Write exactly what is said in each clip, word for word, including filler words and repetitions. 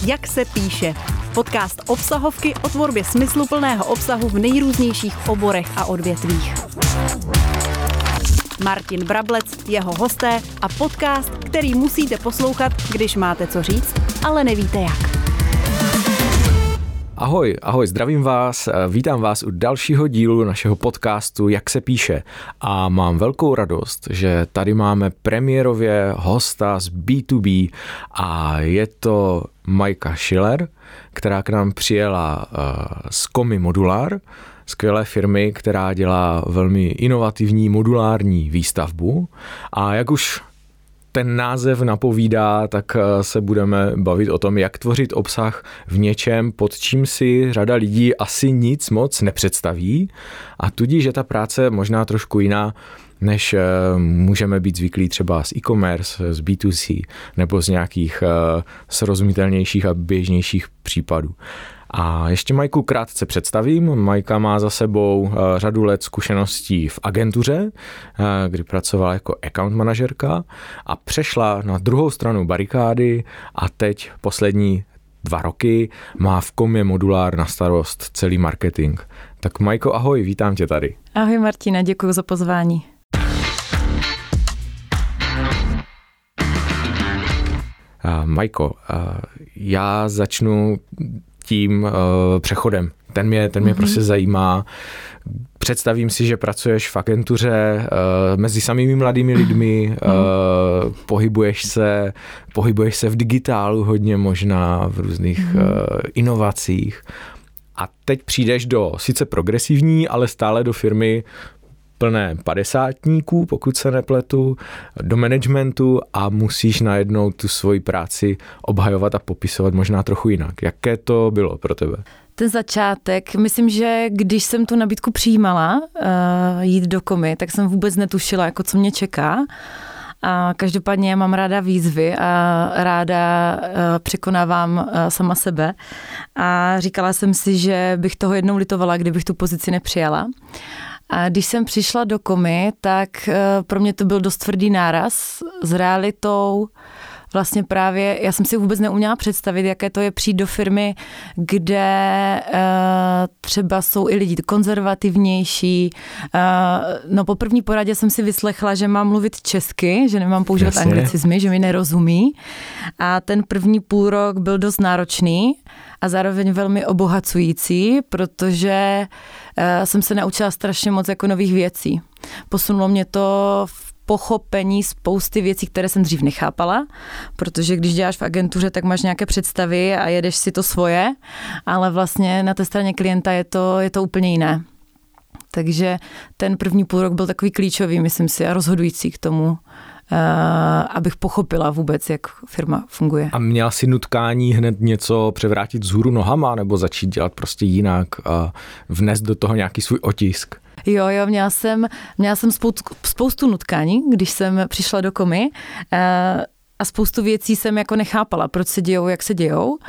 Jak se píše. Podcast obsahovky o tvorbě smysluplného obsahu v nejrůznějších oborech a odvětvích. Martin Brablec, jeho hosté a podcast, který musíte poslouchat, když máte co říct, ale nevíte jak. Ahoj, ahoj, zdravím vás, vítám vás u dalšího dílu našeho podcastu Jak se píše a mám velkou radost, že tady máme premiérově hosta z bé dvě bé a je to Majka Schiller, která k nám přijela z Komi Modular, skvělé firmy, která dělá velmi inovativní modulární výstavbu a jak už ten název napovídá, tak se budeme bavit o tom, jak tvořit obsah v něčem, pod čím si řada lidí asi nic moc nepředstaví a tudíž je ta práce možná trošku jiná, než můžeme být zvyklí třeba z e-commerce, z bé dvě cé nebo z nějakých srozumitelnějších a běžnějších případů. A ještě Majku krátce představím. Majka má za sebou řadu let zkušeností v agentuře, kdy pracovala jako account manažerka a přešla na druhou stranu barikády a teď poslední dva roky má v Komě Modular na starost celý marketing. Tak Majko, ahoj, vítám tě tady. Ahoj Martina, děkuji za pozvání. Majko, já začnu tím uh, přechodem. Ten mě, ten mě mm-hmm. prostě zajímá. Představím si, že pracuješ v agentuře uh, mezi samými mladými lidmi, mm. uh, pohybuješ se, pohybuješ se v digitálu hodně možná, v různých mm. uh, inovacích. A teď přijdeš do sice progresivní, ale stále do firmy plné padesátníků, pokud se nepletu, do managementu a musíš najednou tu svoji práci obhajovat a popisovat možná trochu jinak. Jaké to bylo pro tebe? Ten začátek, myslím, že když jsem tu nabídku přijímala uh, jít do Komy, tak jsem vůbec netušila, jako co mě čeká. A každopádně já mám ráda výzvy a ráda uh, překonávám uh, sama sebe. A říkala jsem si, že bych toho jednou litovala, kdybych tu pozici nepřijala. A když jsem přišla do Komy, tak pro mě to byl dost tvrdý náraz s realitou. Vlastně právě, já jsem si vůbec neuměla představit, jaké to je přijít do firmy, kde uh, třeba jsou i lidi konzervativnější. Uh, no po první poradě jsem si vyslechla, že mám mluvit česky, že nemám používat Jasně. anglicizmy, že mi nerozumí. A ten první půl rok byl dost náročný a zároveň velmi obohacující, protože uh, jsem se naučila strašně moc jako nových věcí. Posunulo mě to v pochopení spousty věcí, které jsem dřív nechápala, protože když děláš v agentuře, tak máš nějaké představy a jedeš si to svoje, ale vlastně na té straně klienta je to, je to úplně jiné. Takže ten první půl rok byl takový klíčový, myslím si, a rozhodující k tomu, uh, abych pochopila vůbec, jak firma funguje. A měla jsi nutkání hned něco převrátit vzhůru nohama, nebo začít dělat prostě jinak a vnést do toho nějaký svůj otisk? Jo, jo, měla jsem, měla jsem spoustu, spoustu nutkání, když jsem přišla do Komy uh, a spoustu věcí jsem jako nechápala, proč se dějou, jak se dějou,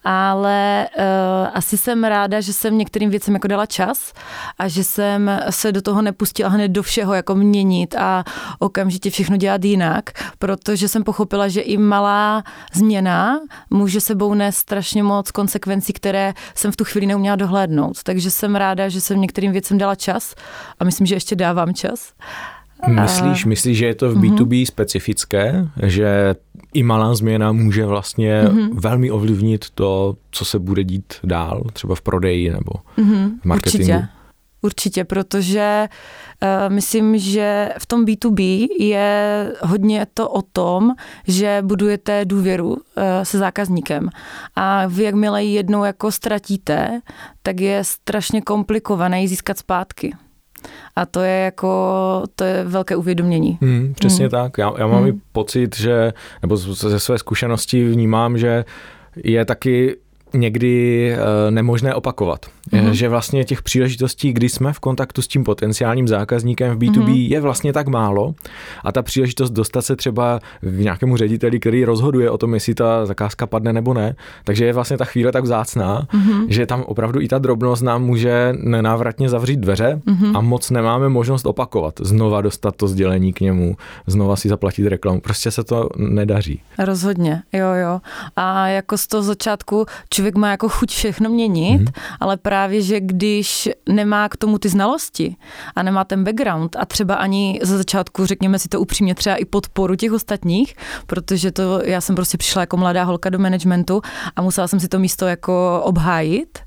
ale uh, asi jsem ráda, že jsem některým věcem jako dala čas a že jsem se do toho nepustila hned do všeho jako měnit a okamžitě všechno dělat jinak, protože jsem pochopila, že i malá změna může sebou nést strašně moc konsekvencí, které jsem v tu chvíli neuměla dohlédnout. Takže jsem ráda, že jsem některým věcem dala čas a myslím, že ještě dávám čas. Myslíš, myslíš, že je to v bé dvě bé specifické, že i malá změna může vlastně mm-hmm. velmi ovlivnit to, co se bude dít dál, třeba v prodeji nebo mm-hmm. v marketingu? Určitě, určitě, protože uh, myslím, že v tom bé dvě bé je hodně to o tom, že budujete důvěru uh, se zákazníkem a vy, jakmile ji jednou jako ztratíte, tak je strašně komplikované ji získat zpátky. A to je jako, to je velké uvědomění. Hmm, přesně hmm. tak. Já, já mám hmm. i pocit, že, nebo ze své zkušenosti vnímám, že je taky někdy uh, nemožné opakovat. Mm-hmm. Že vlastně těch příležitostí, kdy jsme v kontaktu s tím potenciálním zákazníkem v bé dvě bé mm-hmm. je vlastně tak málo a ta příležitost dostat se třeba k nějakému řediteli, který rozhoduje o tom, jestli ta zakázka padne nebo ne, takže je vlastně ta chvíle tak vzácná, mm-hmm. že tam opravdu i ta drobnost nám může nenávratně zavřít dveře mm-hmm. a moc nemáme možnost opakovat, znova dostat to sdělení k němu, znova si zaplatit reklamu. Prostě se to nedaří. Rozhodně, jo, jo. A jako z toho začátku člověk má jako chuť všechno měnit, mm-hmm. ale právě, že když nemá k tomu ty znalosti a nemá ten background a třeba ani za začátku, řekněme si to upřímně, třeba i podporu těch ostatních, protože to, já jsem prostě přišla jako mladá holka do managementu a musela jsem si to místo jako obhájit,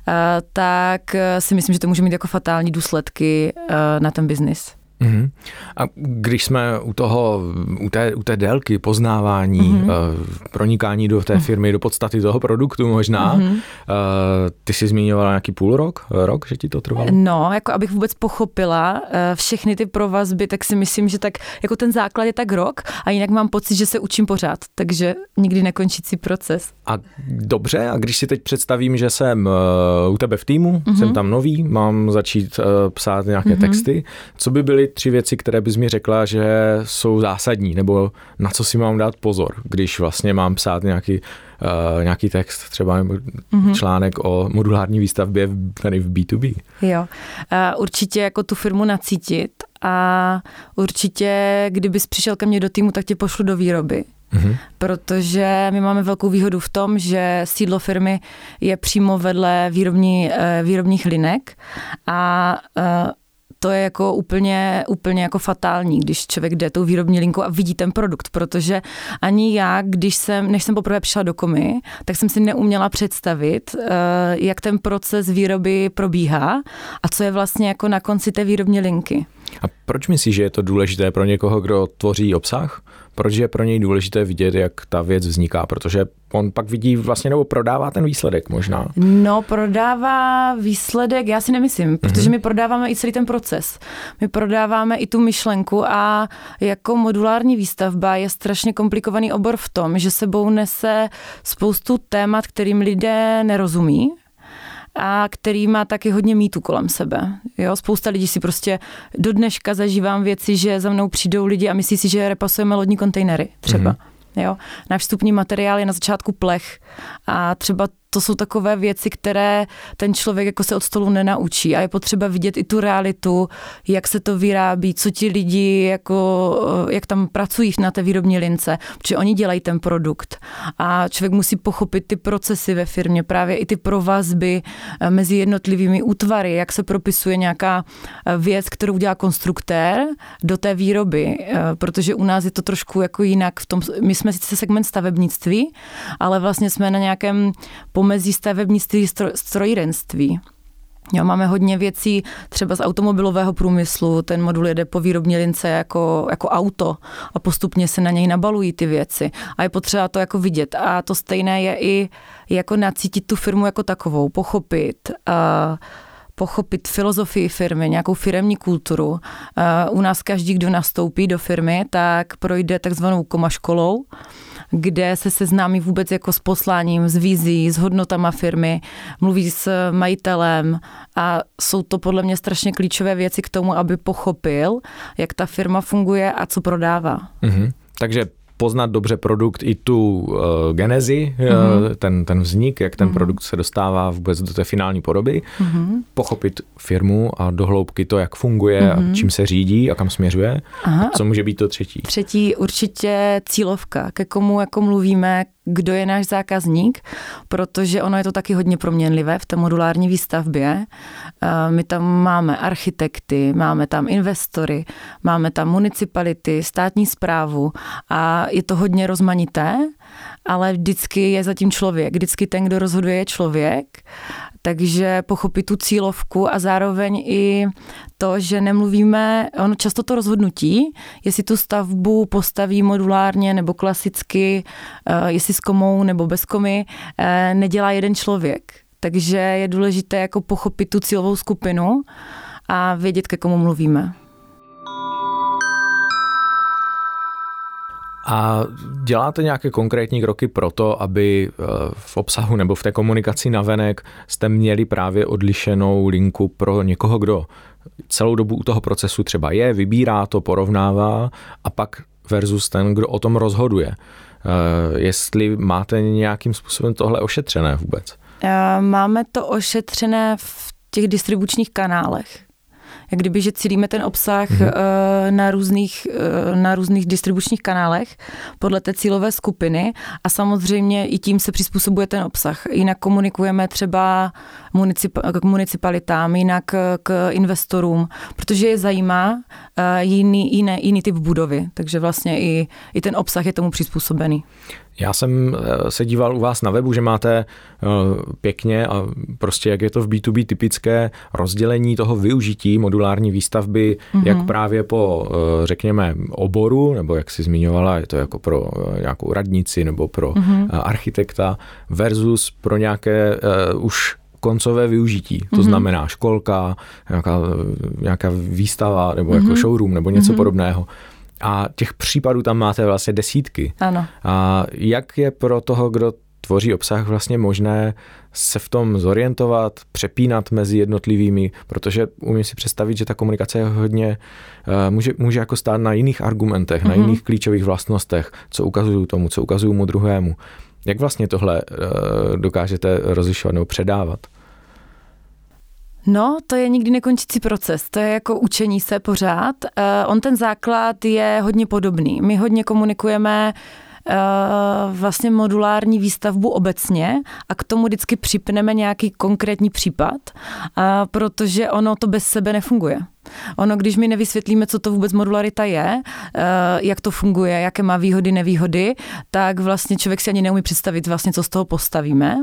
tak si myslím, že to může mít jako fatální důsledky na ten biznis. Uhum. A když jsme u toho, u té, u té délky poznávání, mm-hmm. uh, pronikání do té firmy, do podstaty toho produktu možná, mm-hmm. uh, ty jsi zmiňovala nějaký půl rok, rok, že ti to trvalo? No, jako abych vůbec pochopila uh, všechny ty provazby, tak si myslím, že tak jako ten základ je tak rok a jinak mám pocit, že se učím pořád, takže nikdy nekončící proces. A dobře, a když si teď představím, že jsem uh, u tebe v týmu, mm-hmm. jsem tam nový, mám začít uh, psát nějaké mm-hmm. texty, co by byly tři věci, které bys mi řekla, že jsou zásadní, nebo na co si mám dát pozor, když vlastně mám psát nějaký, uh, nějaký text, třeba nebo mm-hmm. článek o modulární výstavbě tady v bé dvě bé. Jo, uh, určitě jako tu firmu nacítit a určitě, kdybys přišel ke mně do týmu, tak tě pošlu do výroby. Mm-hmm. Protože my máme velkou výhodu v tom, že sídlo firmy je přímo vedle výrobní, uh, výrobních linek a uh, to je jako úplně, úplně jako fatální, když člověk jde tou výrobní linku a vidí ten produkt, protože ani já, když jsem, než jsem poprvé přišla do Komy, tak jsem si neuměla představit, jak ten proces výroby probíhá a co je vlastně jako na konci té výrobní linky. A proč myslíš, že je to důležité pro někoho, kdo tvoří obsah? Proč je pro něj důležité vidět, jak ta věc vzniká? Protože on pak vidí vlastně, nebo prodává ten výsledek možná. No, prodává výsledek, já si nemyslím, protože my prodáváme i celý ten proces. My prodáváme i tu myšlenku a jako modulární výstavba je strašně komplikovaný obor v tom, že sebou nese spoustu témat, kterým lidé nerozumí, a který má taky hodně mýtů kolem sebe. Jo, spousta lidí si prostě do dneška zažívám věci, že za mnou přijdou lidi a myslí si, že repasujeme lodní kontejnery třeba. Mm-hmm. Jo, náš vstupní materiál je na začátku plech a třeba to jsou takové věci, které ten člověk jako se od stolu nenaučí a je potřeba vidět i tu realitu, jak se to vyrábí, co ti lidi, jako, jak tam pracují na té výrobní lince, protože oni dělají ten produkt a člověk musí pochopit ty procesy ve firmě, právě i ty provazby mezi jednotlivými útvary, jak se propisuje nějaká věc, kterou dělá konstruktér do té výroby, protože u nás je to trošku jako jinak v tom, my jsme sice segment stavebnictví, ale vlastně jsme na nějakém pomezí stavebnictví, strojírenství. Jo, máme hodně věcí třeba z automobilového průmyslu, ten modul jede po výrobní lince jako, jako auto a postupně se na něj nabalují ty věci a je potřeba to jako vidět a to stejné je i jako nacítit tu firmu jako takovou, pochopit a pochopit filozofii firmy, nějakou firemní kulturu. U nás každý, kdo nastoupí do firmy, tak projde takzvanou Koma školou, kde se seznámí vůbec jako s posláním, s vizí, s hodnotama firmy, mluví s majitelem a jsou to podle mě strašně klíčové věci k tomu, aby pochopil, jak ta firma funguje a co prodává. Mm-hmm. Takže poznat dobře produkt i tu uh, genezi, mm-hmm. uh, ten, ten vznik, jak ten mm-hmm. produkt se dostává vůbec do té finální podoby, mm-hmm. pochopit firmu a dohloubky to, jak funguje mm-hmm. a čím se řídí a kam směřuje. Aha. A co může být to třetí? Třetí určitě cílovka, ke komu jako mluvíme, kdo je náš zákazník, protože ono je to taky hodně proměnlivé v té modulární výstavbě. My tam máme architekty, máme tam investory, máme tam municipality, státní správu a je to hodně rozmanité, ale vždycky je zatím člověk. Vždycky ten, kdo rozhoduje, je člověk. Takže pochopit tu cílovku a zároveň i to, že nemluvíme, ono často to rozhodnutí, jestli tu stavbu postaví modulárně nebo klasicky, jestli s komou nebo bez komy, nedělá jeden člověk. Takže je důležité jako pochopit tu cílovou skupinu a vědět, ke komu mluvíme. A děláte nějaké konkrétní kroky pro to, aby v obsahu nebo v té komunikaci navenek jste měli právě odlišenou linku pro někoho, kdo celou dobu u toho procesu třeba je, vybírá to, porovnává a pak versus ten, kdo o tom rozhoduje. Jestli máte nějakým způsobem tohle ošetřené vůbec? Máme to ošetřené v těch distribučních kanálech. Jak kdyby, že cílíme ten obsah mm-hmm. na různých, na různých distribučních kanálech podle té cílové skupiny a samozřejmě i tím se přizpůsobuje ten obsah. Jinak komunikujeme třeba municip- k municipalitám, jinak k investorům, protože je zajímá jiný, jiný, jiný typ budovy, takže vlastně i, i ten obsah je tomu přizpůsobený. Já jsem se díval u vás na webu, že máte pěkně a prostě jak je to v bé dvě bé typické rozdělení toho využití modulární výstavby, mm-hmm. jak právě po, řekněme, oboru, nebo jak jsi zmiňovala, je to jako pro nějakou radnici nebo pro mm-hmm. architekta versus pro nějaké uh, už koncové využití. To mm-hmm. znamená školka, nějaká, nějaká výstava nebo mm-hmm. jako showroom nebo něco mm-hmm. podobného. A těch případů tam máte vlastně desítky. Ano. A jak je pro toho, kdo tvoří obsah, vlastně možné se v tom zorientovat, přepínat mezi jednotlivými, protože umím si představit, že ta komunikace je hodně, může, může jako stát na jiných argumentech, mm-hmm. na jiných klíčových vlastnostech, co ukazují tomu, co ukazují mu druhému. Jak vlastně tohle dokážete rozlišovat nebo předávat? No, to je nikdy nekončící proces, to je jako učení se pořád. Uh, on ten základ je hodně podobný. My hodně komunikujeme uh, vlastně modulární výstavbu obecně a k tomu vždycky připneme nějaký konkrétní případ, uh, protože ono to bez sebe nefunguje. Ono, když my nevysvětlíme, co to vůbec modularita je, jak to funguje, jaké má výhody, nevýhody, tak vlastně člověk si ani neumí představit vlastně, co z toho postavíme.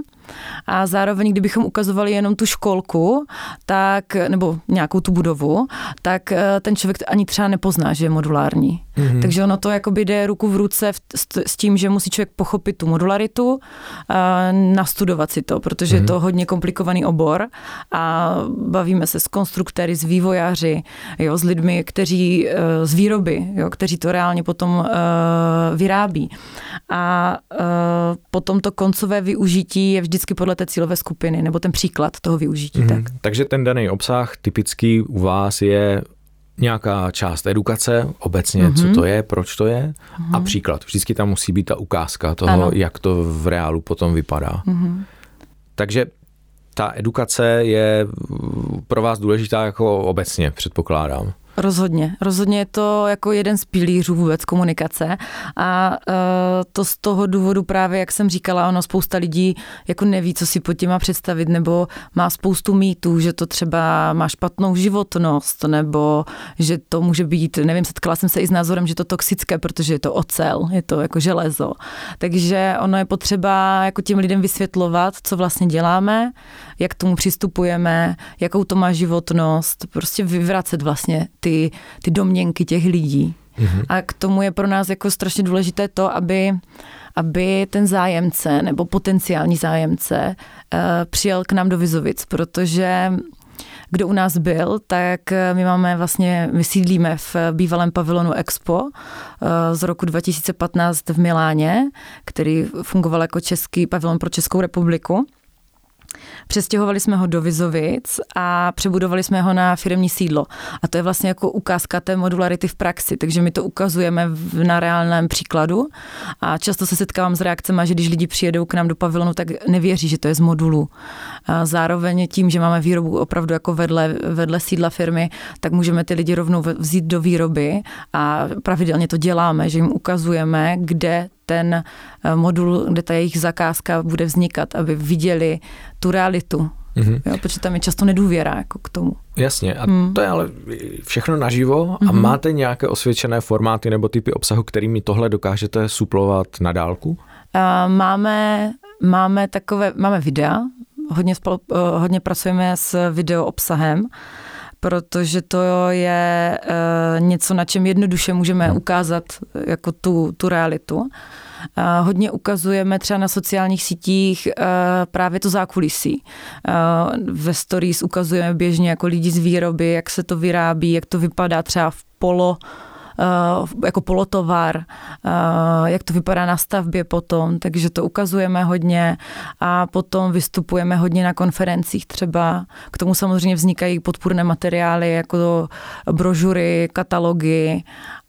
A zároveň, kdybychom ukazovali jenom tu školku, tak, nebo nějakou tu budovu, tak ten člověk ani třeba nepozná, že je modulární. Mm-hmm. Takže ono to jakoby jde ruku v ruce s tím, že musí člověk pochopit tu modularitu, nastudovat si to, protože mm-hmm. je to hodně komplikovaný obor a bavíme se s konstruktéry, s vývojáři, jo, s lidmi, kteří z výroby, jo, kteří to reálně potom uh, vyrábí. A uh, potom to koncové využití je vždycky podle té cílové skupiny, nebo ten příklad toho využití. Mm-hmm. Tak. Takže ten daný obsah typický u vás je nějaká část edukace, obecně, mm-hmm. co to je, proč to je mm-hmm. a příklad. Vždycky tam musí být ta ukázka toho, ano. jak to v reálu potom vypadá. Mm-hmm. Takže ta edukace je pro vás důležitá jako obecně, předpokládám. Rozhodně. Rozhodně je to jako jeden z pilířů vůbec komunikace a uh, to z toho důvodu právě, jak jsem říkala, ono spousta lidí jako neví, co si pod tím má představit, nebo má spoustu mýtů, že to třeba má špatnou životnost, nebo že to může být, nevím, setkala jsem se i s názorem, že to toxické, protože je to ocel, je to jako železo. Takže ono je potřeba jako těm lidem vysvětlovat, co vlastně děláme, jak k tomu přistupujeme, jakou to má životnost, prostě vyvracet vlastně ty Ty, ty domněnky těch lidí. Mm-hmm. A k tomu je pro nás jako strašně důležité to, aby, aby ten zájemce nebo potenciální zájemce uh, přijel k nám do Vizovic, protože kdo u nás byl, tak my máme vlastně, my sídlíme v bývalém pavilonu Expo uh, z roku dva tisíce patnáct v Miláně, který fungoval jako český pavilon pro Českou republiku. Přestěhovali jsme ho do Vizovic a přebudovali jsme ho na firemní sídlo. A to je vlastně jako ukázka té modularity v praxi, takže my to ukazujeme v, na reálném příkladu a často se setkávám s reakcemi, že když lidi přijedou k nám do pavilonu, tak nevěří, že to je z modulu. A zároveň tím, že máme výrobu opravdu jako vedle, vedle sídla firmy, tak můžeme ty lidi rovnou vzít do výroby a pravidelně to děláme, že jim ukazujeme, kde ten modul, kde ta jejich zakázka bude vznikat, aby viděli tu realitu. Mm-hmm. Jo, protože tam je často nedůvěra jako k tomu. Jasně, a mm. to je ale všechno naživo a mm-hmm. máte nějaké osvědčené formáty nebo typy obsahu, kterými tohle dokážete suplovat na dálku? Uh, máme, máme takové, máme videa, hodně, spolu, uh, hodně pracujeme s video obsahem, protože to je uh, něco, na čem jednoduše můžeme hmm. ukázat jako tu, tu realitu. Uh, hodně ukazujeme třeba na sociálních sítích uh, právě to zákulisí. Uh, ve stories ukazujeme běžně jako lidi z výroby, jak se to vyrábí, jak to vypadá třeba v polo jako polotovar, jak to vypadá na stavbě potom, takže to ukazujeme hodně a potom vystupujeme hodně na konferencích třeba. K tomu samozřejmě vznikají podpůrné materiály jako brožury, katalogy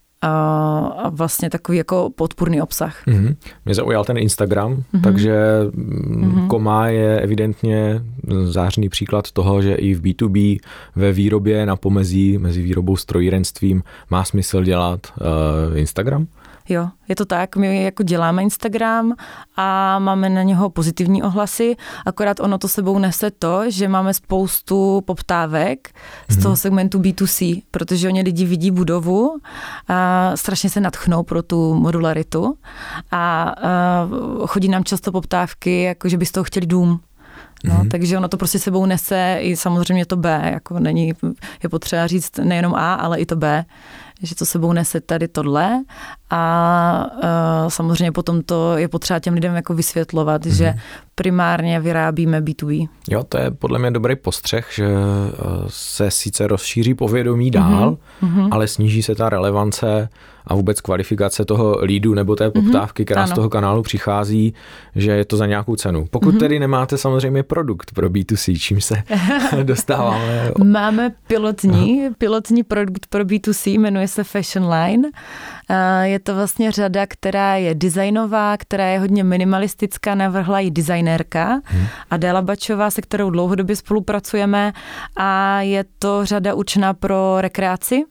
a vlastně takový jako podpůrný obsah. Mm-hmm. Mě zaujal ten Instagram, mm-hmm. takže mm-hmm. Koma je evidentně zářný příklad toho, že i v bé dvě bé ve výrobě na pomezí mezi výrobou strojírenstvím má smysl dělat uh, Instagram. Jo, je to tak, my jako děláme Instagram a máme na něho pozitivní ohlasy, akorát ono to sebou nese to, že máme spoustu poptávek z toho segmentu bé dvě cé, protože oni lidi vidí budovu a strašně se nadchnou pro tu modularitu a, a chodí nám často poptávky, jako že by z toho chtěli dům. No, mm-hmm. Takže ono to prostě sebou nese i samozřejmě to B, jako není, je potřeba říct nejenom A, ale i to B, že to sebou nese tady tohle a uh, samozřejmě potom to je potřeba těm lidem jako vysvětlovat, mm-hmm. že primárně vyrábíme bé dvě bé. Jo, to je podle mě dobrý postřeh, že se sice rozšíří povědomí dál, mm-hmm. ale sníží se ta relevance a vůbec kvalifikace toho leadu nebo té poptávky, která ano. z toho kanálu přichází, že je to za nějakou cenu. Pokud mm-hmm. tedy nemáte samozřejmě produkt pro bé dvě cé, čím se dostáváme. Máme pilotní, Aha. pilotní produkt pro bé dvě cé, jmenuje se Fashion Line. Je to vlastně řada, která je designová, která je hodně minimalistická, navrhla ji designérka hmm. Adéla Bačová, se kterou dlouhodobě spolupracujeme a je to řada určená pro rekreaci.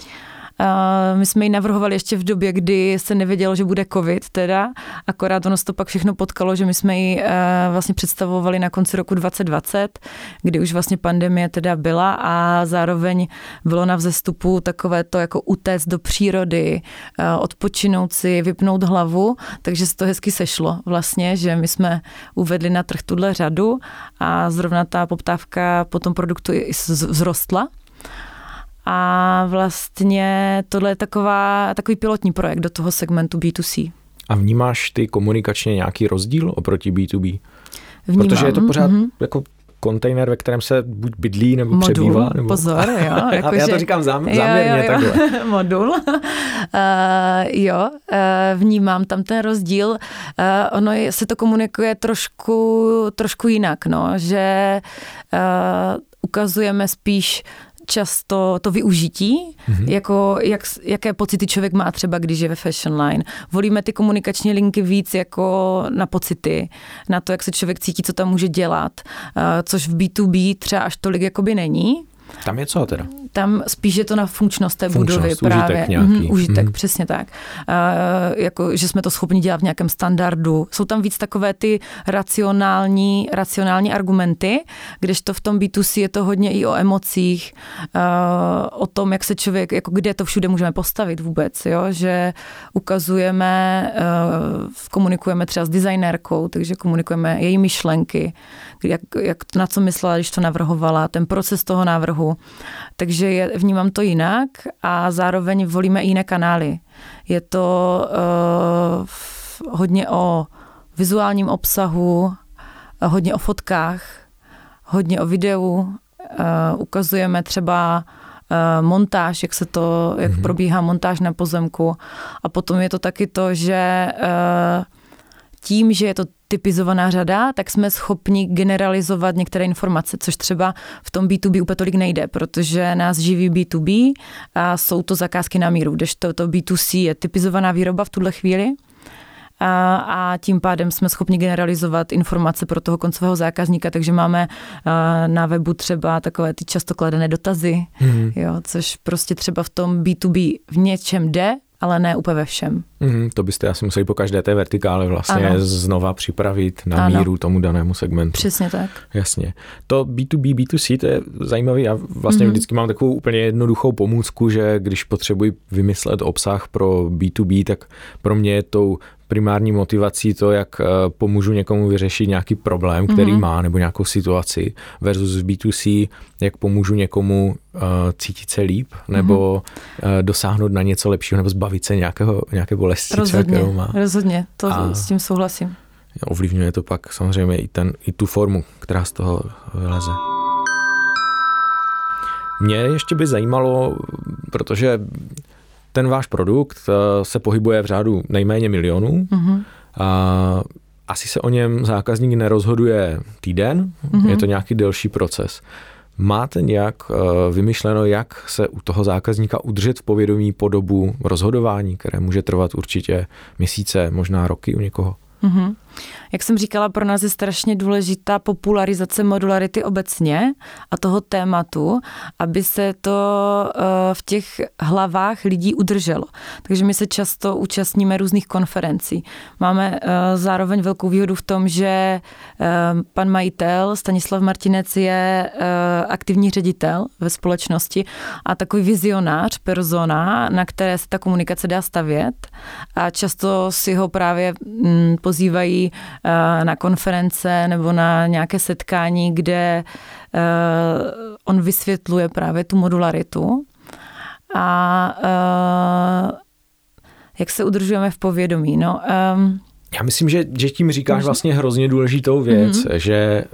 Uh, my jsme ji navrhovali ještě v době, kdy se nevědělo, že bude covid teda, akorát ono se to pak všechno potkalo, že my jsme ji uh, vlastně představovali na konci roku dvacet dvacet, kdy už vlastně pandemie teda byla a zároveň bylo na vzestupu takové to jako utéct do přírody, uh, odpočinout si, vypnout hlavu, takže se to hezky sešlo vlastně, že my jsme uvedli na trh tuhle řadu a zrovna ta poptávka po tom produktu i vzrostla. A vlastně tohle je taková, takový pilotní projekt do toho segmentu bé dvě cé. A vnímáš ty komunikačně nějaký rozdíl oproti bé dvě bé? Vnímám. Protože je to pořád mm-hmm. jako kontejner, ve kterém se buď bydlí nebo modul, přebývá. Nebo... Pozor, jo. Jako já že... to říkám zám, záměrně jo, jo, jo. takhle. Modul. Uh, jo, uh, vnímám tam ten rozdíl. Uh, ono je, se to komunikuje trošku, trošku jinak, no, že uh, ukazujeme spíš často to využití, mm-hmm. jako jak, jaké pocity člověk má třeba, když je ve Fashion Line. Volíme ty komunikační linky víc jako na pocity, na to, jak se člověk cítí, co tam může dělat, uh, což v bé dvě bé třeba až tolik jakoby není. Tam je co teda? Tam spíš je to na funkčnost té funkčnost, budovy. Užitek právě. nějaký. Mm, užitek, mm. přesně tak. Uh, jako, že jsme to schopni dělat v nějakém standardu. Jsou tam víc takové ty racionální, racionální argumenty, kdežto v tom bé dvě cé je to hodně i o emocích, uh, o tom, jak se člověk, jako kde to všude můžeme postavit vůbec, jo? Že ukazujeme, uh, komunikujeme třeba s designérkou, takže komunikujeme její myšlenky, jak, jak na co myslela, když to navrhovala, ten proces toho návrhu. Takže je, vnímám to jinak a zároveň volíme i jiné kanály. Je to uh, hodně o vizuálním obsahu, hodně o fotkách, hodně o videu. Uh, ukazujeme třeba uh, montáž, jak se to, jak mm-hmm. probíhá montáž na pozemku. A potom je to taky to, že uh, tím, že je to typizovaná řada, tak jsme schopni generalizovat některé informace, což třeba v tom bé dvě bé úplně tolik nejde, protože nás živí bé dvě bé a jsou to zakázky na míru, kdežto to bé dvě cé je typizovaná výroba v tuhle chvíli a, a tím pádem jsme schopni generalizovat informace pro toho koncového zákazníka, takže máme na webu třeba takové ty často kladené dotazy, mm. jo, což prostě třeba v tom bé dvě bé v něčem jde, ale ne úplně ve všem. Mm, to byste asi museli po každé té vertikále vlastně ano. znova připravit na ano. míru tomu danému segmentu. Přesně tak. Jasně. To bé dvě bé, bé dvě cé, to je zajímavý. Já vlastně mm-hmm. vždycky mám takovou úplně jednoduchou pomůcku, že když potřebuji vymyslet obsah pro bé dvě bé, tak pro mě je tou primární motivací to, jak pomůžu někomu vyřešit nějaký problém, který mm-hmm. má, nebo nějakou situaci, versus v bé dvě cé, jak pomůžu někomu uh, cítit se líp, nebo mm-hmm. uh, dosáhnout na něco lepšího, nebo zbavit se nějakého, nějaké bolesti, rozhodně, kterou má. Rozhodně, to a s tím souhlasím. Ovlivňuje to pak samozřejmě i, ten, i tu formu, která z toho vyleze. Mě ještě by zajímalo, protože ten váš produkt se pohybuje v řádu nejméně milionů. Mm-hmm. A asi se o něm zákazník nerozhoduje týden, mm-hmm. je to nějaký delší proces. Máte nějak vymyšleno, jak se u toho zákazníka udržet v povědomí po dobu rozhodování, které může trvat určitě měsíce, možná roky u někoho? Mm-hmm. Jak jsem říkala, pro nás je strašně důležitá popularizace modularity obecně a toho tématu, aby se to v těch hlavách lidí udrželo. Takže my se často účastníme různých konferencí. Máme zároveň velkou výhodu v tom, že pan majitel Stanislav Martinec je aktivní ředitel ve společnosti a takový vizionář, persona, na které se ta komunikace dá stavět. A často si ho právě pozývají na konference nebo na nějaké setkání, kde on vysvětluje právě tu modularitu a jak se udržujeme v povědomí. No, Já myslím, že, že tím říkáš Můžu? vlastně hrozně důležitou věc, mm-hmm. že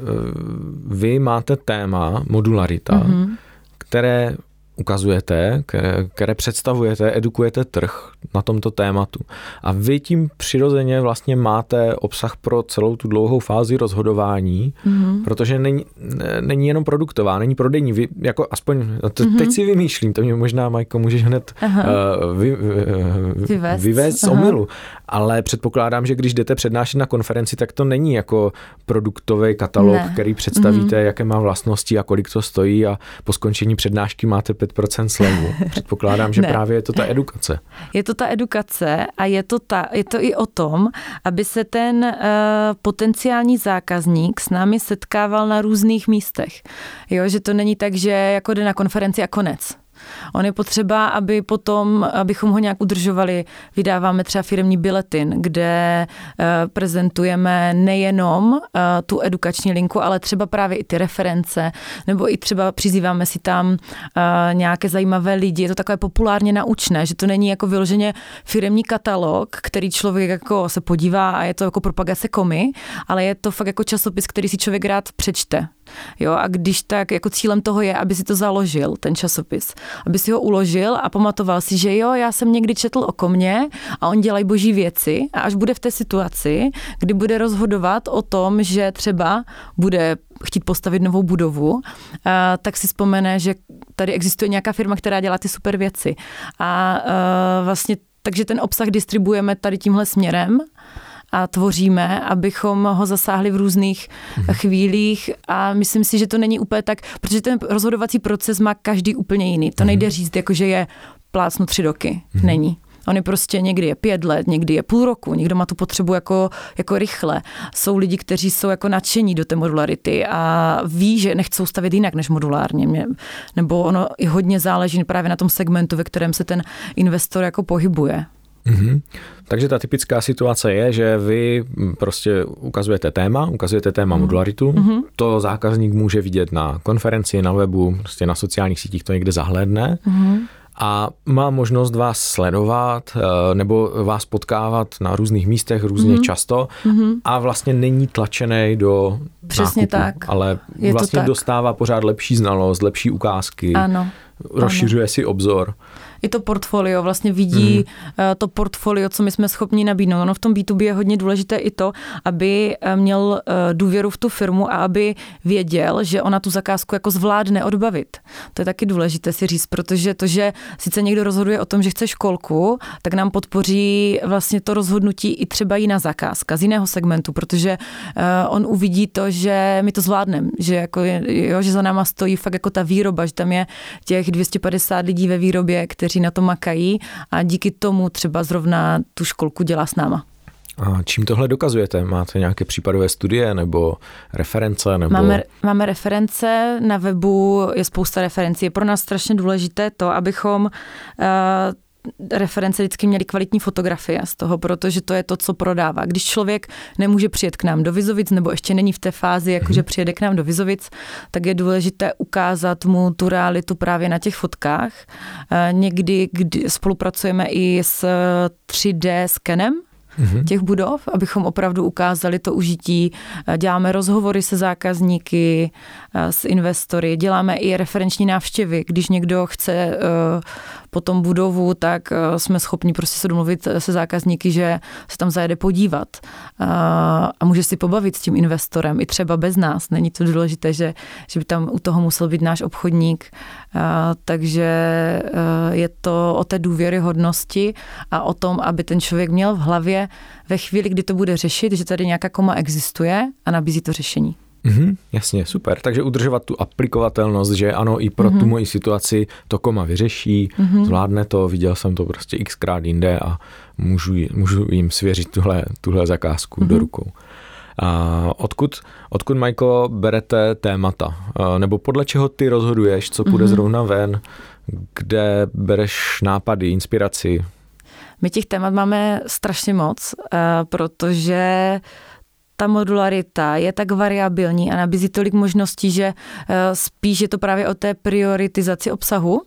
vy máte téma modularita, mm-hmm. které ukazujete, které, které představujete, edukujete trh na tomto tématu. A vy tím přirozeně vlastně máte obsah pro celou tu dlouhou fázi rozhodování, mm-hmm. protože není, není jenom produktová, není prodejní. Vy, jako aspoň, to, mm-hmm. teď si vymýšlím, to mě možná, Majko, můžeš hned uh, vy, uh, vyvést, vyvést z omylu. Ale předpokládám, že když jdete přednášet na konferenci, tak to není jako produktový katalog, ne. který představíte, mm-hmm. jaké má vlastnosti a kolik to stojí a po skončení přednášky máte pět procent slevu. Předpokládám, že právě je to ta edukace. Je to ta edukace a je to, ta, je to i o tom, aby se ten uh, potenciální zákazník s námi setkával na různých místech. Jo, že to není tak, že jako jde na konferenci a konec. On je potřeba, aby potom, abychom ho nějak udržovali, vydáváme třeba firemní biletin, kde uh, prezentujeme nejenom uh, tu edukační linku, ale třeba právě i ty reference, nebo i třeba přizýváme si tam uh, nějaké zajímavé lidi. Je to takové populárně naučné, že to není jako vyloženě firemní katalog, který člověk jako se podívá a je to jako propagace komy, ale je to fakt jako časopis, který si člověk rád přečte. Jo, a když tak, jako cílem toho je, aby si to založil, ten časopis, aby si ho uložil a pamatoval si, že jo, já jsem někdy četl o komě a on dělají boží věci a až bude v té situaci, kdy bude rozhodovat o tom, že třeba bude chtít postavit novou budovu, tak si vzpomene, že tady existuje nějaká firma, která dělá ty super věci. A vlastně, takže ten obsah distribuujeme tady tímhle směrem a tvoříme, abychom ho zasáhli v různých hmm. chvílích a myslím si, že to není úplně tak, protože ten rozhodovací proces má každý úplně jiný. To nejde říct, jako že je plácnu tři roky. Hmm. Není. On je prostě někdy je pět let, někdy je půl roku, někdo má tu potřebu jako, jako rychle. Jsou lidi, kteří jsou jako nadšení do té modularity a ví, že nechcou stavět jinak než modulárně. Nebo ono i hodně záleží právě na tom segmentu, ve kterém se ten investor jako pohybuje. Mm-hmm. Takže ta typická situace je, že vy prostě ukazujete téma, ukazujete téma mm. modularitu, mm-hmm. to zákazník může vidět na konferenci, na webu, prostě na sociálních sítích to někde zahlédne mm-hmm. a má možnost vás sledovat nebo vás potkávat na různých místech různě mm-hmm. často mm-hmm. a vlastně není tlačený do Přesně nákupu, tak. ale je vlastně dostává pořád lepší znalost, lepší ukázky, ano. rozšiřuje ano. si obzor. I to portfolio, vlastně vidí mm. to portfolio, co my jsme schopni nabídnout. Ono v tom bé dvě bé je hodně důležité i to, aby měl důvěru v tu firmu a aby věděl, že ona tu zakázku jako zvládne odbavit. To je taky důležité si říct, protože to, že sice někdo rozhoduje o tom, že chce školku, tak nám podpoří vlastně to rozhodnutí i třeba jiná zakázka z jiného segmentu, protože on uvidí to, že my to zvládneme, že, jako je, jo, že za náma stojí fakt jako ta výroba, že tam je těch dvě stě padesát lidí ve výrobě, kteří na to makají a díky tomu třeba zrovna tu školku dělá s náma. A čím tohle dokazujete? Máte nějaké případové studie nebo reference? Nebo... Máme, máme reference, na webu je spousta referencí. Je pro nás strašně důležité to, abychom uh, reference vždycky měli kvalitní fotografie z toho, protože to je to, co prodává. Když člověk nemůže přijet k nám do Vizovic, nebo ještě není v té fázi, jakože přijede k nám do Vizovic, tak je důležité ukázat mu tu realitu právě na těch fotkách. Někdy kdy spolupracujeme i s tři dé skenem, mm-hmm. těch budov, abychom opravdu ukázali to užití. Děláme rozhovory se zákazníky, s investory, děláme i referenční návštěvy. Když někdo chce potom budovu, tak jsme schopni prostě se domluvit se zákazníky, že se tam zajede podívat a může si pobavit s tím investorem i třeba bez nás. Není to důležité, že, že by tam u toho musel být náš obchodník. Takže je to o té důvěryhodnosti a o tom, aby ten člověk měl v hlavě ve chvíli, kdy to bude řešit, že tady nějaká koma existuje a nabízí to řešení. Mm-hmm, jasně, super. Takže udržovat tu aplikovatelnost, že ano, i pro mm-hmm. tu moji situaci to koma vyřeší, mm-hmm. zvládne to, viděl jsem to prostě xkrát jinde a můžu, můžu jim svěřit tuhle, tuhle zakázku mm-hmm. do rukou. A odkud, odkud, Majko, berete témata? Nebo podle čeho ty rozhoduješ, co půjde mm-hmm. zrovna ven, kde bereš nápady, inspiraci? My těch témat máme strašně moc, protože ta modularita je tak variabilní a nabízí tolik možností, že spíš je to právě o té prioritizaci obsahu.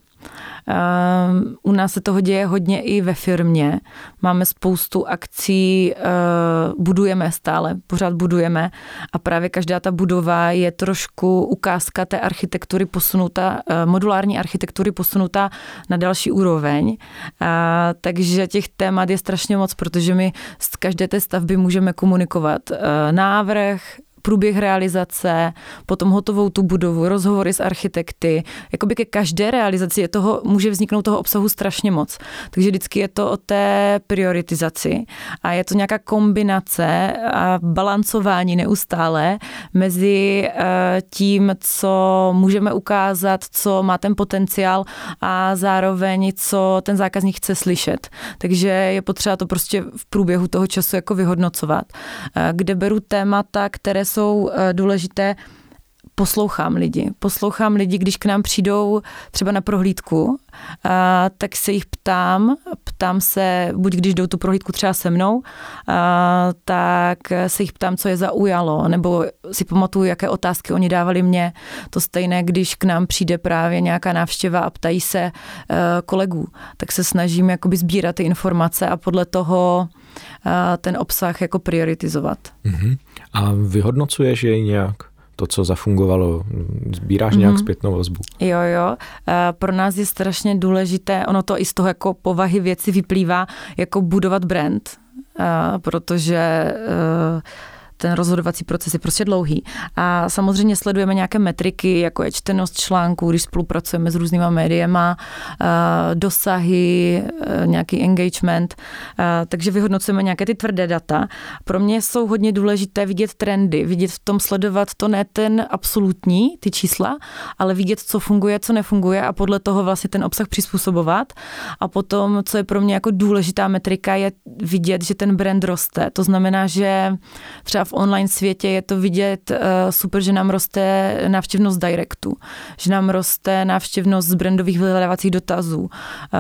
U nás se toho děje hodně i ve firmě. Máme spoustu akcí, budujeme stále, pořád budujeme a právě každá ta budova je trošku ukázka té architektury posunutá, modulární architektury posunutá na další úroveň. Takže těch témat je strašně moc, protože my z každé té stavby můžeme komunikovat návrh, průběh realizace, potom hotovou tu budovu, rozhovory s architekty. Jakoby ke každé realizaci je toho, může vzniknout toho obsahu strašně moc. Takže vždycky je to o té prioritizaci a je to nějaká kombinace a balancování neustále mezi tím, co můžeme ukázat, co má ten potenciál a zároveň, co ten zákazník chce slyšet. Takže je potřeba to prostě v průběhu toho času jako vyhodnocovat. Kde beru témata, které jsou důležité, poslouchám lidi. Poslouchám lidi, když k nám přijdou třeba na prohlídku, a, tak se jich ptám, ptám se, buď když jdou tu prohlídku třeba se mnou, a, tak se jich ptám, co je zaujalo, nebo si pamatuju, jaké otázky oni dávali mě. To stejné, když k nám přijde právě nějaká návštěva a ptají se uh, kolegů, tak se snažím jakoby sbírat ty informace a podle toho uh, ten obsah jako prioritizovat. Uh-huh. A vyhodnocuješ jej nějak? To, co zafungovalo, sbíráš mm-hmm. nějak zpětnou vazbu? Jo, jo. Pro nás je strašně důležité, ono to i z toho jako povahy věci vyplývá, jako budovat brand, protože ten rozhodovací proces je prostě dlouhý. A samozřejmě sledujeme nějaké metriky, jako je čtenost článků, když spolupracujeme s různýma médiema, dosahy, nějaký engagement, takže vyhodnocujeme nějaké ty tvrdé data. Pro mě jsou hodně důležité vidět trendy, vidět v tom sledovat to ne ten absolutní, ty čísla, ale vidět, co funguje, co nefunguje a podle toho vlastně ten obsah přizpůsobovat. A potom, co je pro mě jako důležitá metrika, je vidět, že ten brand roste. To znamená, že třeba v online světě je to vidět uh, super, že nám roste návštěvnost directu, že nám roste návštěvnost z brandových vyhledávacích dotazů, uh,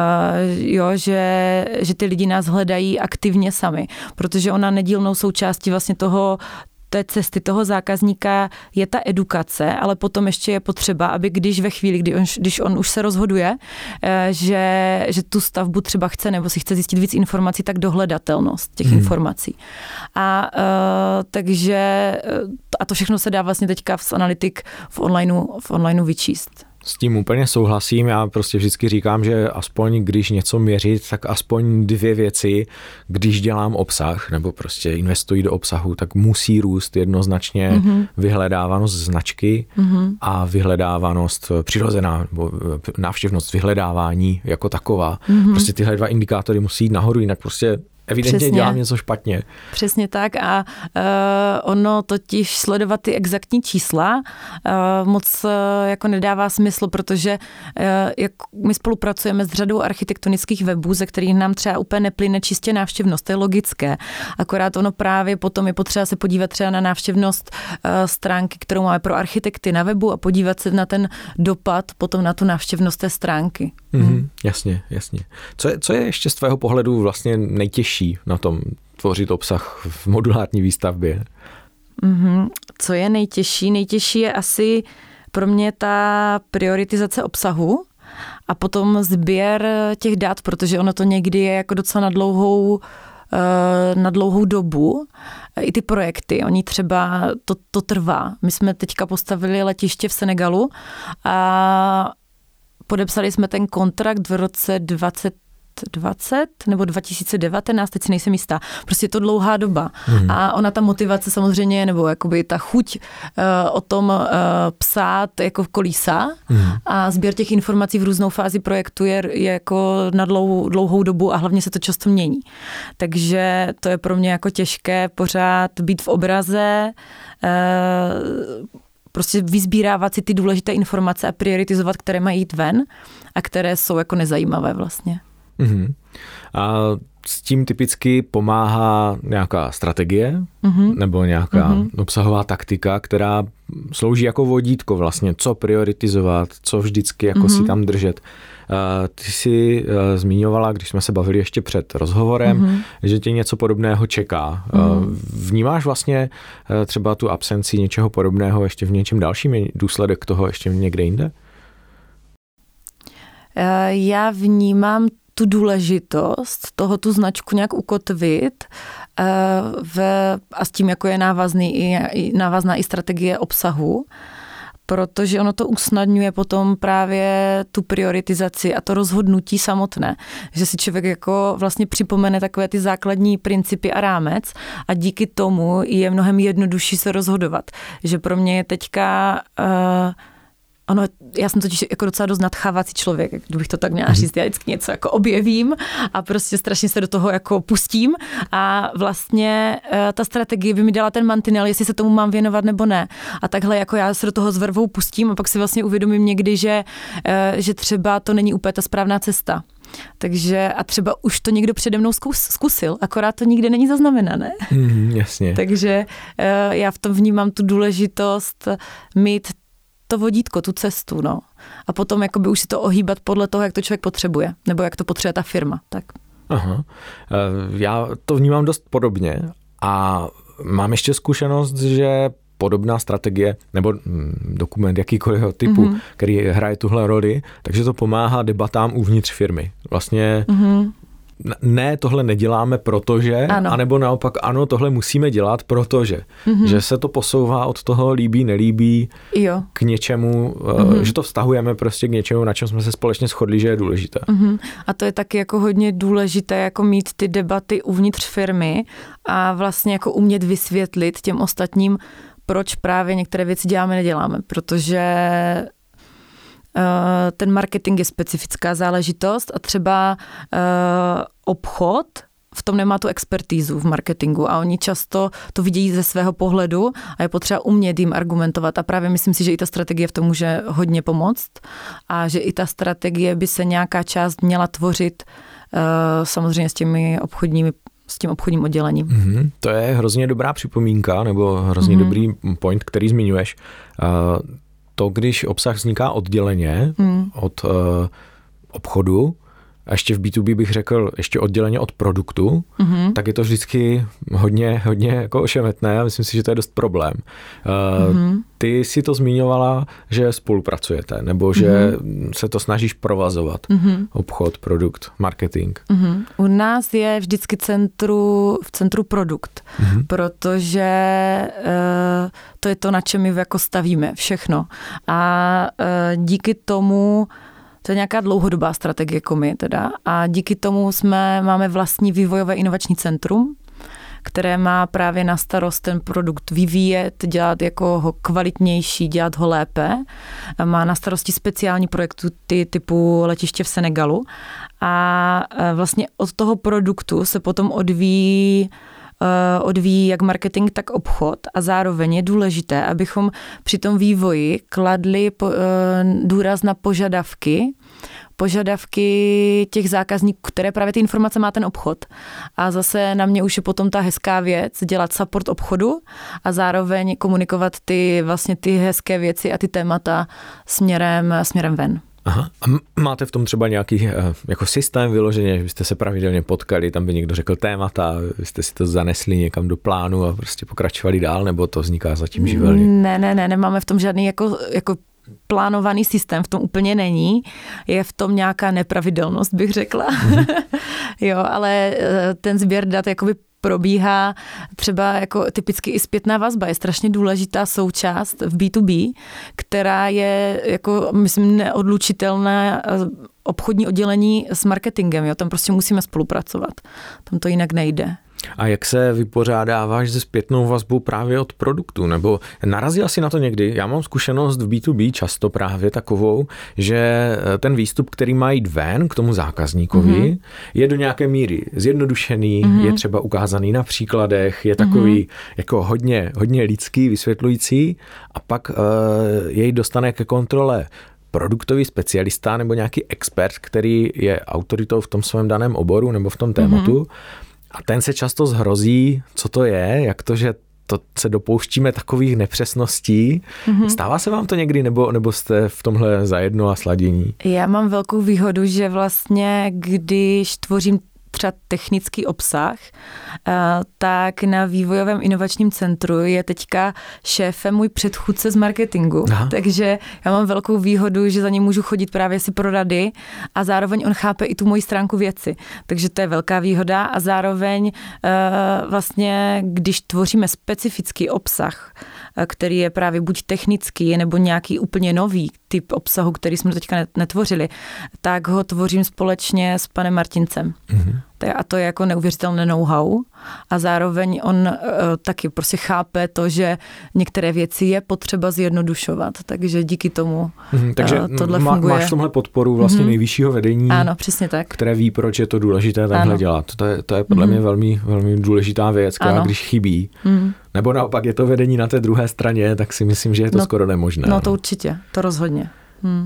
jo, že, že ty lidi nás hledají aktivně sami, protože ona nedílnou součástí vlastně toho té cesty toho zákazníka je ta edukace, ale potom ještě je potřeba, aby když ve chvíli, kdy on, když on už se rozhoduje, že, že tu stavbu třeba chce nebo si chce zjistit víc informací, tak dohledatelnost těch hmm. informací. A uh, takže a to všechno se dá vlastně teďka z analytik v onlineu, v onlineu vyčíst. S tím úplně souhlasím, já prostě vždycky říkám, že aspoň když něco měřit, tak aspoň dvě věci, když dělám obsah, nebo prostě investuji do obsahu, tak musí růst jednoznačně mm-hmm. vyhledávanost značky mm-hmm. a vyhledávanost přirozená, nebo návštěvnost vyhledávání jako taková. Mm-hmm. Prostě tyhle dva indikátory musí jít nahoru, jinak prostě evidentně Přesně. dělám něco špatně. Přesně tak a uh, ono totiž sledovat ty exaktní čísla uh, moc uh, jako nedává smysl, protože uh, jak my spolupracujeme s řadou architektonických webů, ze kterých nám třeba úplně neplyne čistě návštěvnost, to je logické. Akorát ono právě potom je potřeba se podívat třeba na návštěvnost uh, stránky, kterou máme pro architekty na webu a podívat se na ten dopad potom na tu návštěvnost té stránky. Mm-hmm, hmm. Jasně, jasně. Co je, co je ještě z tvého pohledu vlastně nejtěžší na tom tvořit obsah v modulární výstavbě? Mm-hmm. Co je nejtěžší? Nejtěžší je asi pro mě ta prioritizace obsahu a potom sběr těch dat, protože ono to někdy je jako docela na dlouhou na dlouhou dobu. I ty projekty, oni třeba, to, to trvá. My jsme teďka postavili letiště v Senegalu a podepsali jsme ten kontrakt v roce dvacet dvacet nebo dva tisíce devatenáct, teď si nejsem jistá. Prostě je to dlouhá doba. Hmm. A ona ta motivace samozřejmě, nebo jakoby ta chuť uh, o tom uh, psát jako kolísa hmm. a sběr těch informací v různou fázi projektu je, je jako na dlouhou, dlouhou dobu a hlavně se to často mění. Takže to je pro mě jako těžké pořád být v obraze, uh, prostě vyzbírávat si ty důležité informace a prioritizovat, které mají jít ven a které jsou jako nezajímavé vlastně. Uhum. A s tím typicky pomáhá nějaká strategie uhum. nebo nějaká uhum. obsahová taktika, která slouží jako vodítko vlastně, co prioritizovat, co vždycky jako uhum. si tam držet. Ty jsi zmiňovala, když jsme se bavili ještě před rozhovorem, uhum. že tě něco podobného čeká. Uhum. Vnímáš vlastně třeba tu absenci něčeho podobného ještě v něčem dalším? Je důsledek toho ještě někde jinde? Já vnímám tu důležitost toho tu značku nějak ukotvit v, a s tím jako je návazný i, návazná i strategie obsahu, protože ono to usnadňuje potom právě tu prioritizaci a to rozhodnutí samotné, že si člověk jako vlastně připomene takové ty základní principy a rámec a díky tomu je mnohem jednodušší se rozhodovat, že pro mě je teďka uh, Ano, já jsem totiž jako docela dost nadchávací člověk, kdybych to tak měla říct, já vždycky něco jako objevím a prostě strašně se do toho jako pustím a vlastně ta strategie by mi dala ten mantinel, jestli se tomu mám věnovat nebo ne. A takhle jako já se do toho s vervou pustím a pak si vlastně uvědomím někdy, že, že třeba to není úplně ta správná cesta. Takže a třeba už to někdo přede mnou zkus, zkusil, akorát to nikde není zaznamenané. Mm, jasně. Takže já v tom vnímám tu důležitost mít to vodítko, tu cestu, no. A potom jakoby už si to ohýbat podle toho, jak to člověk potřebuje, nebo jak to potřebuje ta firma, tak. Aha. Já to vnímám dost podobně a mám ještě zkušenost, že podobná strategie nebo dokument jakýkoliv typu, mm-hmm. který hraje tuhle roli, takže to pomáhá debatám uvnitř firmy. Vlastně mm-hmm. ne, tohle neděláme, protože, ano. anebo naopak, ano, tohle musíme dělat, protože. Mm-hmm. Že se to posouvá od toho líbí, nelíbí jo. k něčemu, mm-hmm. že to vztahujeme prostě k něčemu, na čem jsme se společně shodli, že je důležité. Mm-hmm. A to je taky jako hodně důležité, jako mít ty debaty uvnitř firmy a vlastně jako umět vysvětlit těm ostatním, proč právě některé věci děláme, neděláme, protože ten marketing je specifická záležitost a třeba uh, obchod v tom nemá tu expertízu v marketingu a oni často to vidějí ze svého pohledu a je potřeba umět jim argumentovat a právě myslím si, že i ta strategie v tom může hodně pomoct a že i ta strategie by se nějaká část měla tvořit uh, samozřejmě s těmi obchodními s tím obchodním oddělením. Mm-hmm. To je hrozně dobrá připomínka nebo hrozně mm-hmm. dobrý point, který zmiňuješ. Uh, To, když obsah vzniká odděleně hmm. od uh, obchodu, a ještě v bé dvě bé bych řekl ještě odděleně od produktu, mm-hmm. tak je to vždycky hodně, hodně jako ošemetné a myslím si, že to je dost problém. Uh, mm-hmm. Ty si to zmiňovala, že spolupracujete, nebo že mm-hmm. se to snažíš provazovat. Mm-hmm. Obchod, produkt, marketing. Mm-hmm. U nás je vždycky centru, v centru produkt, mm-hmm. protože uh, to je to, na čem my jako stavíme všechno. A uh, díky tomu to je nějaká dlouhodobá strategie komy teda a díky tomu jsme, máme vlastní vývojové inovační centrum, které má právě na starost ten produkt vyvíjet, dělat jako ho kvalitnější, dělat ho lépe. Má na starosti speciální projekty typu letiště v Senegalu a vlastně od toho produktu se potom odvíjí odvíjí jak marketing, tak obchod a zároveň je důležité, abychom při tom vývoji kladli důraz na požadavky, požadavky těch zákazníků, které právě ty informace má ten obchod. A zase na mě už je potom ta hezká věc dělat support obchodu a zároveň komunikovat ty vlastně ty hezké věci a ty témata směrem, směrem ven. Aha. A máte v tom třeba nějaký jako systém vyloženě, že byste se pravidelně potkali, tam by někdo řekl témata, byste si to zanesli někam do plánu a prostě pokračovali dál, nebo to vzniká zatím živelně? Ne, ne, ne, nemáme v tom žádný jako, jako plánovaný systém v tom úplně není. Je v tom nějaká nepravidelnost, bych řekla. Mm. Jo, ale ten sběr dat jakoby probíhá třeba jako typicky i zpětná vazba. Je strašně důležitá součást v bé dvě bé, která je jako, myslím, neodlučitelné obchodní oddělení s marketingem. Jo? Tam prostě musíme spolupracovat. Tam to jinak nejde. A jak se vypořádáváš se zpětnou vazbou právě od produktu? Nebo narazil jsi na to někdy? Já mám zkušenost v bé dvě bé často právě takovou, že ten výstup, který má jít ven k tomu zákazníkovi, mm-hmm. je do nějaké míry zjednodušený, mm-hmm. je třeba ukázaný na příkladech, je takový mm-hmm. jako hodně, hodně lidský, vysvětlující a pak uh, jej dostane ke kontrole produktový specialista nebo nějaký expert, který je autoritou v tom svém daném oboru nebo v tom tématu. Mm-hmm. A ten se často zhrozí, co to je, jak to, že to se dopouštíme takových nepřesností. Mm-hmm. Stává se vám to někdy, nebo, nebo jste v tomhle zajedno a sladění? Já mám velkou výhodu, že vlastně, když tvořím třeba technický obsah, tak na vývojovém inovačním centru je teďka šéfem můj předchůdce z marketingu. Aha. Takže já mám velkou výhodu, že za ním můžu chodit právě si pro rady a zároveň on chápe i tu moji stránku věci. Takže to je velká výhoda a zároveň vlastně, když tvoříme specifický obsah, který je právě buď technický nebo nějaký úplně nový typ obsahu, který jsme teďka netvořili, tak ho tvořím společně s panem Martincem. Mhm. A to je jako neuvěřitelné know-how a zároveň on uh, taky prostě chápe to, že některé věci je potřeba zjednodušovat, takže díky tomu mm, takže uh, tohle má, funguje. Máš v tomhle podporu vlastně mm-hmm. nejvyššího vedení, ano, přesně tak. které ví, proč je to důležité takhle dělat. To je, to je podle mm-hmm. mě velmi, velmi důležitá věc, která ano. když chybí, mm. nebo naopak je to vedení na té druhé straně, tak si myslím, že je to no, skoro nemožné. No to no. určitě, to rozhodně. Mm.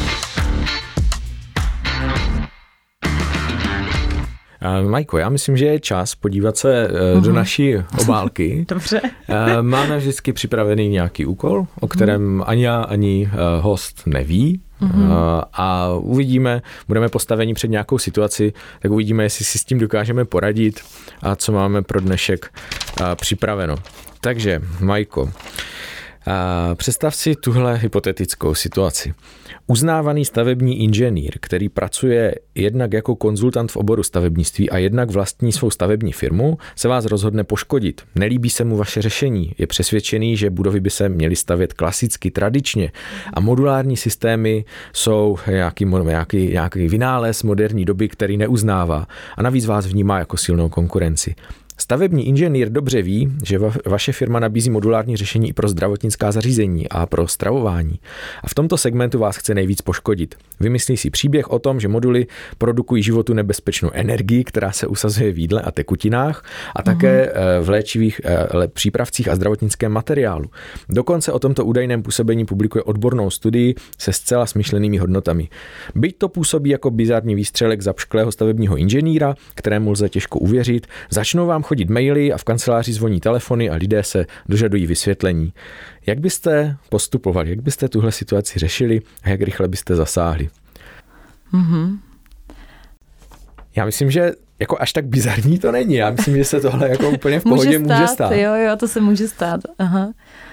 Majko, já myslím, že je čas podívat se uh, do naší obálky. Dobře. uh, máme vždycky připravený nějaký úkol, o kterém ani já, ani uh, host neví. Uh, a uvidíme, budeme postaveni před nějakou situaci, tak uvidíme, jestli si s tím dokážeme poradit a co máme pro dnešek uh, připraveno. Takže, Majko, uh, představ si tuhle hypotetickou situaci. Uznávaný stavební inženýr, který pracuje jednak jako konzultant v oboru stavebnictví a jednak vlastní svou stavební firmu, se vás rozhodne poškodit. Nelíbí se mu vaše řešení. Je přesvědčený, že budovy by se měly stavět klasicky, tradičně a modulární systémy jsou nějaký, nějaký, nějaký vynález moderní doby, který neuznává a navíc vás vnímá jako silnou konkurenci. Stavební inženýr dobře ví, že va- vaše firma nabízí modulární řešení i pro zdravotnická zařízení a pro stravování. A v tomto segmentu vás chce nejvíc poškodit. Vymyslí si příběh o tom, že moduly produkují životu nebezpečnou energii, která se usazuje v jídle a tekutinách a také mm-hmm. v léčivých přípravcích a zdravotnickém materiálu. Dokonce o tomto údajném působení publikuje odbornou studii se zcela smyšlenými hodnotami. Byť to působí jako bizarní výstřelek zapšklého stavebního inženýra, kterému lze těžko uvěřit, začnou vám chodit maily a v kanceláři zvoní telefony a lidé se dožadují vysvětlení. Jak byste postupovali, jak byste tuhle situaci řešili a jak rychle byste zasáhli? Mm-hmm. Já myslím, že jako až tak bizarní to není. Já myslím, že se tohle jako úplně v pohodě může stát. Může stát. Jo, jo, to se může stát. Aha.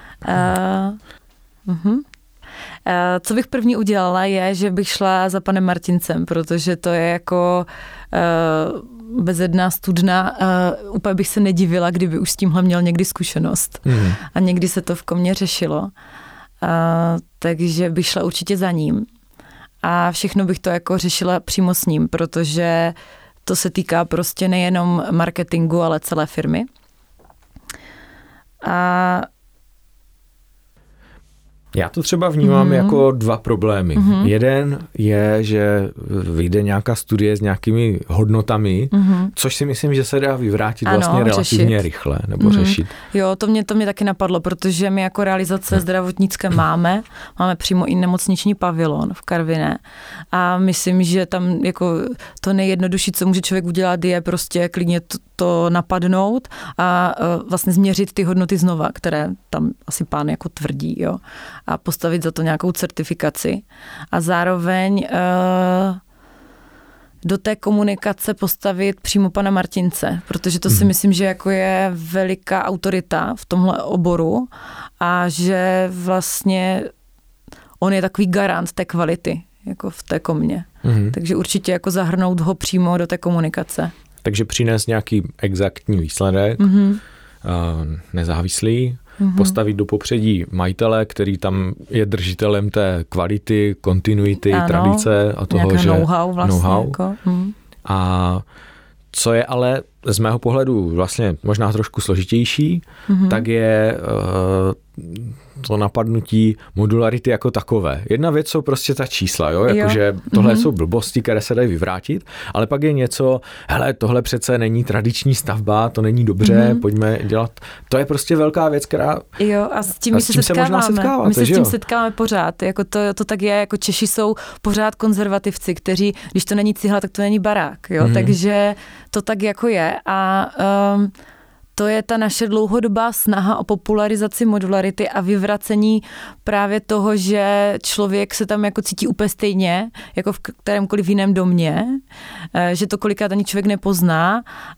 Uh, uh-huh. uh, co bych první udělala je, že bych šla za panem Martincem, protože to je jako uh, bezedná studna. Uh, úplně bych se nedivila, kdyby už s tímhle měl někdy zkušenost. Mm. A někdy se to v komě řešilo. Uh, takže bych šla určitě za ním. A všechno bych to jako řešila přímo s ním, protože to se týká prostě nejenom marketingu, ale celé firmy. A já to třeba vnímám mm. jako dva problémy. Mm. Jeden je, že vyjde nějaká studie s nějakými hodnotami, mm. což si myslím, že se dá vyvrátit ano, vlastně relativně řešit. rychle nebo mm. řešit. Jo, to mě, to mě taky napadlo, protože my jako realizace zdravotnické máme, máme přímo i nemocniční pavilon v Karviné a myslím, že tam jako to nejjednodušší, co může člověk udělat, je prostě klidně to, to napadnout a uh, vlastně změřit ty hodnoty znova, které tam asi pán jako tvrdí, jo. A postavit za to nějakou certifikaci. A zároveň uh, do té komunikace postavit přímo pana Martince, protože to si myslím, že jako je veliká autorita v tomhle oboru a že vlastně on je takový garant té kvality, jako v té komě. Mm-hmm. Takže určitě jako zahrnout ho přímo do té komunikace. Takže přinést nějaký exaktní výsledek, Mm-hmm. uh, nezávislý, mm-hmm. postavit do popředí majitele, který tam je držitelem té kvality, kontinuity, ano, tradice a toho, nějaké že know-how vlastně. know-how. Jako, mm. A co je ale z mého pohledu vlastně možná trošku složitější, mm-hmm. tak je uh, to napadnutí modularity jako takové. Jedna věc jsou prostě ta čísla, jo, jakože tohle mm-hmm. jsou blbosti, které se dají vyvrátit, ale pak je něco, hele, tohle přece není tradiční stavba, to není dobře, mm-hmm. pojďme dělat. To je prostě velká věc, která... Jo, a s tím, a my s se tím se možná setkáváte, my se s tím jo? setkáváme pořád, jako to, to tak je, jako Češi jsou pořád konzervativci, kteří, když to není cihla, tak to není barák, jo, mm-hmm. takže to tak jako je a um, to je ta naše dlouhodobá snaha o popularizaci modularity a vyvracení právě toho, že člověk se tam jako cítí úplně stejně, jako v kterémkoliv jiném domě, že to kolikrát ani člověk nepozná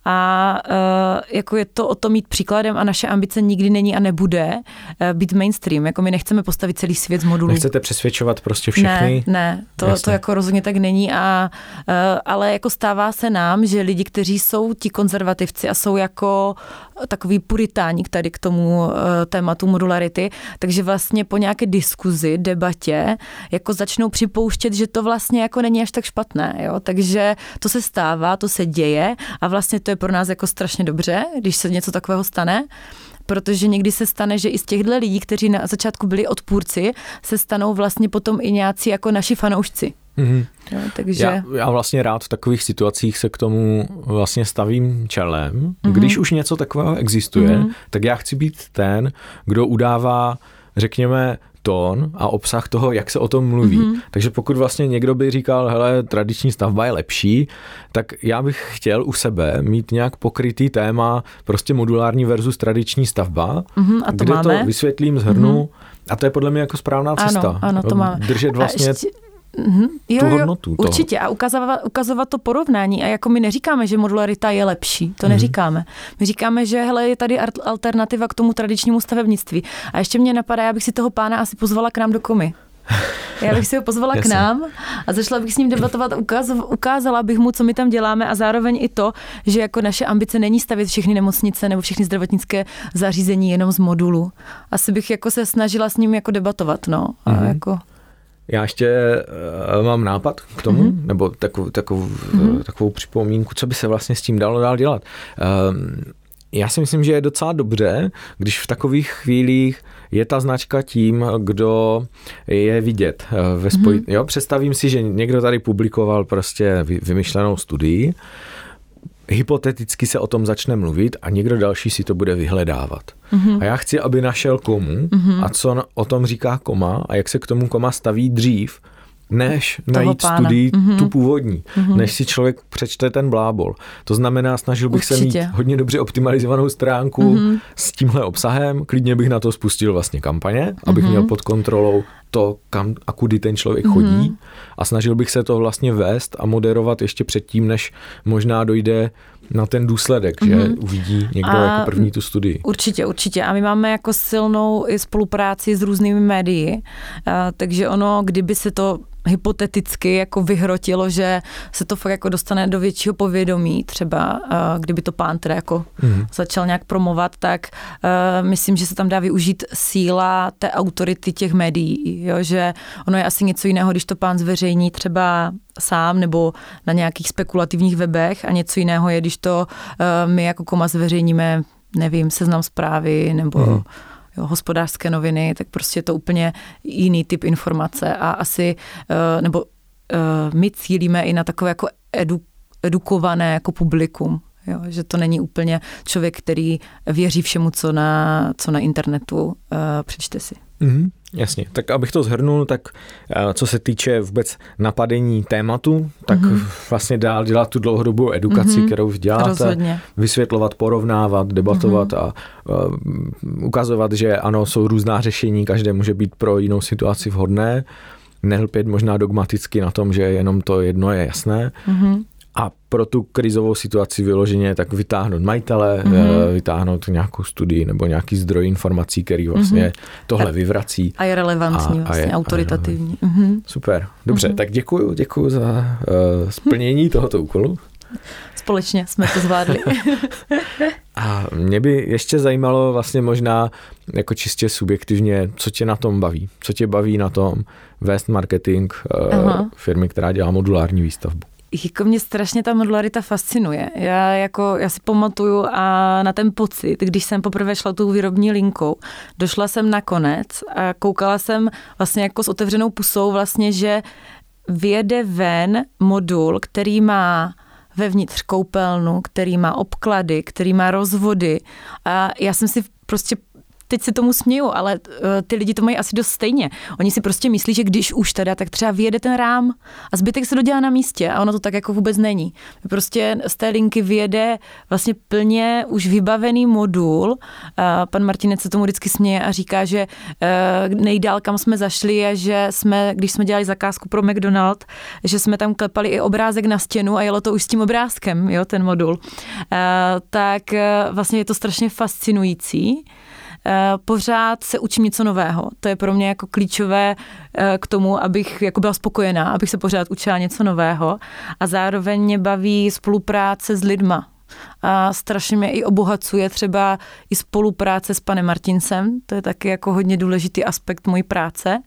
a jako je to o tom mít příkladem a naše ambice nikdy není a nebude být mainstream. Jako my nechceme postavit celý svět z modulů. Nechcete přesvědčovat prostě všechny? Ne, ne, to, to jako rozhodně tak není, a, ale jako stává se nám, že lidi, kteří jsou ti konzervativci a jsou jako takový puritáni tady k tomu uh, tématu modularity, takže vlastně po nějaké diskuzi, debatě, jako začnou připouštět, že to vlastně jako není až tak špatné, jo, takže to se stává, to se děje a vlastně to je pro nás jako strašně dobře, když se něco takového stane, protože někdy se stane, že i z těchto lidí, kteří na začátku byli odpůrci, se stanou vlastně potom i nějací jako naši fanoušci. Mm-hmm. Jo, takže... já, já vlastně rád v takových situacích se k tomu vlastně stavím čelem. Mm-hmm. Když už něco takového existuje, mm-hmm. tak já chci být ten, kdo udává, řekněme, tón a obsah toho, jak se o tom mluví. Mm-hmm. Takže pokud vlastně někdo by říkal, hele, tradiční stavba je lepší, tak já bych chtěl u sebe mít nějak pokrytý téma prostě modulární versus tradiční stavba, mm-hmm, a to kde máme. to vysvětlím, zhrnu mm-hmm. a to je podle mě jako správná cesta. Ano, ano, to máme. Držet vlastně... Mm-hmm. Jo, tu jo, hodnotu toho. Určitě a ukazovat, ukazovat to porovnání a jako my neříkáme, že modularita je lepší, to mm-hmm. neříkáme. My říkáme, že hele, je tady alternativa k tomu tradičnímu stavebnictví. A ještě mě napadá, já bych si toho pána asi pozvala k nám do Komy. Já bych si ho pozvala k nám a začala bych s ním debatovat a ukázala bych mu, co my tam děláme a zároveň i to, že jako naše ambice není stavět všechny nemocnice nebo všechny zdravotnické zařízení jenom z modulu. Asi bych jako se snažila s ním jako debatovat, no. A mm-hmm. jako... Já ještě uh, mám nápad k tomu, mm-hmm. nebo takovou, takovou, mm-hmm. takovou připomínku, co by se vlastně s tím dalo dál dělat. Uh, já si myslím, že je docela dobře, když v takových chvílích je ta značka tím, kdo je vidět. Uh, ve spoj... mm-hmm. jo, představím si, že někdo tady publikoval prostě vymyšlenou studii, hypoteticky se o tom začne mluvit a někdo další si to bude vyhledávat. Mm-hmm. A já chci, aby našel komu mm-hmm. a co o tom říká Koma a jak se k tomu Koma staví dřív, než toho najít pána. Studii mm-hmm. tu původní, mm-hmm. než si člověk přečte ten blábol. To znamená, snažil bych Určitě. se mít hodně dobře optimalizovanou stránku mm-hmm. s tímhle obsahem, klidně bych na to spustil vlastně kampaně, abych mm-hmm. měl pod kontrolou to, kam a kudy ten člověk mm-hmm. chodí a snažil bych se to vlastně vést a moderovat ještě předtím, než možná dojde na ten důsledek, mm-hmm. že uvidí někdo a jako první tu studii. Určitě, určitě. A my máme jako silnou i spolupráci s různými médii, takže ono, kdyby se to hypoteticky jako vyhrotilo, že se to fakt jako dostane do většího povědomí, třeba kdyby to pán teda jako mm-hmm. začal nějak promovat, tak uh, myslím, že se tam dá využít síla té autority těch médií, jo? Že ono je asi něco jiného, když to pán zveřejní třeba sám nebo na nějakých spekulativních webech a něco jiného je, když to uh, my jako Koma zveřejníme, nevím, Seznam Zprávy nebo mm. jo, Hospodářské noviny, tak prostě je to úplně jiný typ informace a asi, uh, nebo uh, my cílíme i na takové jako edu, edukované jako publikum. Jo, že to není úplně člověk, který věří všemu, co na, co na internetu uh, přečte si. Mm, jasně, tak abych to shrnul, tak uh, co se týče vůbec napadení tématu, tak mm-hmm. vlastně dál dělat tu dlouhodobou edukaci, mm-hmm. kterou děláte, Rozhodně. Vysvětlovat, porovnávat, debatovat mm-hmm. a uh, ukazovat, že ano, jsou různá řešení, každé může být pro jinou situaci vhodné, nelpět možná dogmaticky na tom, že jenom to jedno je jasné. Mm-hmm. A pro tu krizovou situaci vyloženě tak vytáhnout majitele, mm-hmm. vytáhnout nějakou studii nebo nějaký zdroj informací, který vlastně mm-hmm. tohle vyvrací. A je relevantní, a, vlastně, a je, autoritativní. A je mm-hmm. Super, dobře, mm-hmm. tak děkuju, děkuju za uh, splnění tohoto úkolu. Společně jsme to zvládli. A mě by ještě zajímalo vlastně možná jako čistě subjektivně, co tě na tom baví. Co tě baví na tom vést marketing uh, firmy, která dělá modulární výstavbu. Jako mě strašně ta modularita fascinuje. Já, jako, já si pamatuju a na ten pocit, když jsem poprvé šla tou výrobní linkou, došla jsem na konec a koukala jsem vlastně jako s otevřenou pusou vlastně, že vyjede ven modul, který má vevnitř koupelnu, který má obklady, který má rozvody a já jsem si prostě teď se tomu směju, ale uh, ty lidi to mají asi dost stejně. Oni si prostě myslí, že když už teda, tak třeba vyjede ten rám a zbytek se dodělá na místě a ono to tak jako vůbec není. Prostě z té linky vyjede vlastně plně už vybavený modul. Uh, pan Martinec se tomu vždycky směje a říká, že uh, nejdál, kam jsme zašli, a že jsme, když jsme dělali zakázku pro McDonald, že jsme tam klepali i obrázek na stěnu a jelo to už s tím obrázkem, jo, ten modul. Uh, tak uh, vlastně je to strašně fascinující. Pořád se učím něco nového. To je pro mě jako klíčové k tomu, abych jako byla spokojená, abych se pořád učila něco nového. A zároveň mě baví spolupráce s lidma. A strašně mě i obohacuje třeba i spolupráce s panem Martincem. To je taky jako hodně důležitý aspekt mojí práce.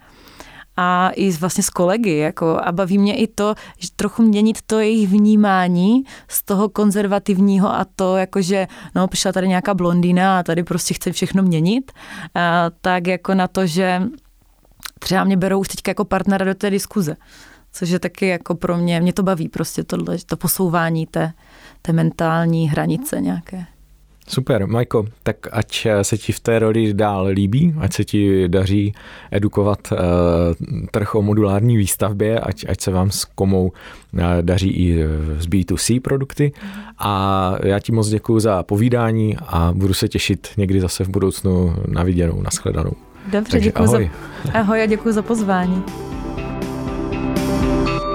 A i vlastně s kolegy, jako, a baví mě i to, že trochu měnit to jejich vnímání z toho konzervativního a to, jakože, no, přišla tady nějaká blondýna a tady prostě chce všechno měnit, a tak jako na to, že třeba mě berou už teďka jako partnera do té diskuze, což je taky jako pro mě, mě to baví prostě tohle, to posouvání té, té mentální hranice nějaké. Super, Majko, tak ať se ti v té roli dál líbí, ať se ti daří edukovat uh, trh o modulární výstavbě, ať, ať se vám s Komou uh, daří i z bé dvě cé produkty. A já ti moc děkuju za povídání a budu se těšit někdy zase v budoucnu na viděnou, na shledanou. Dobře, děkuji za, ahoj a děkuji za pozvání.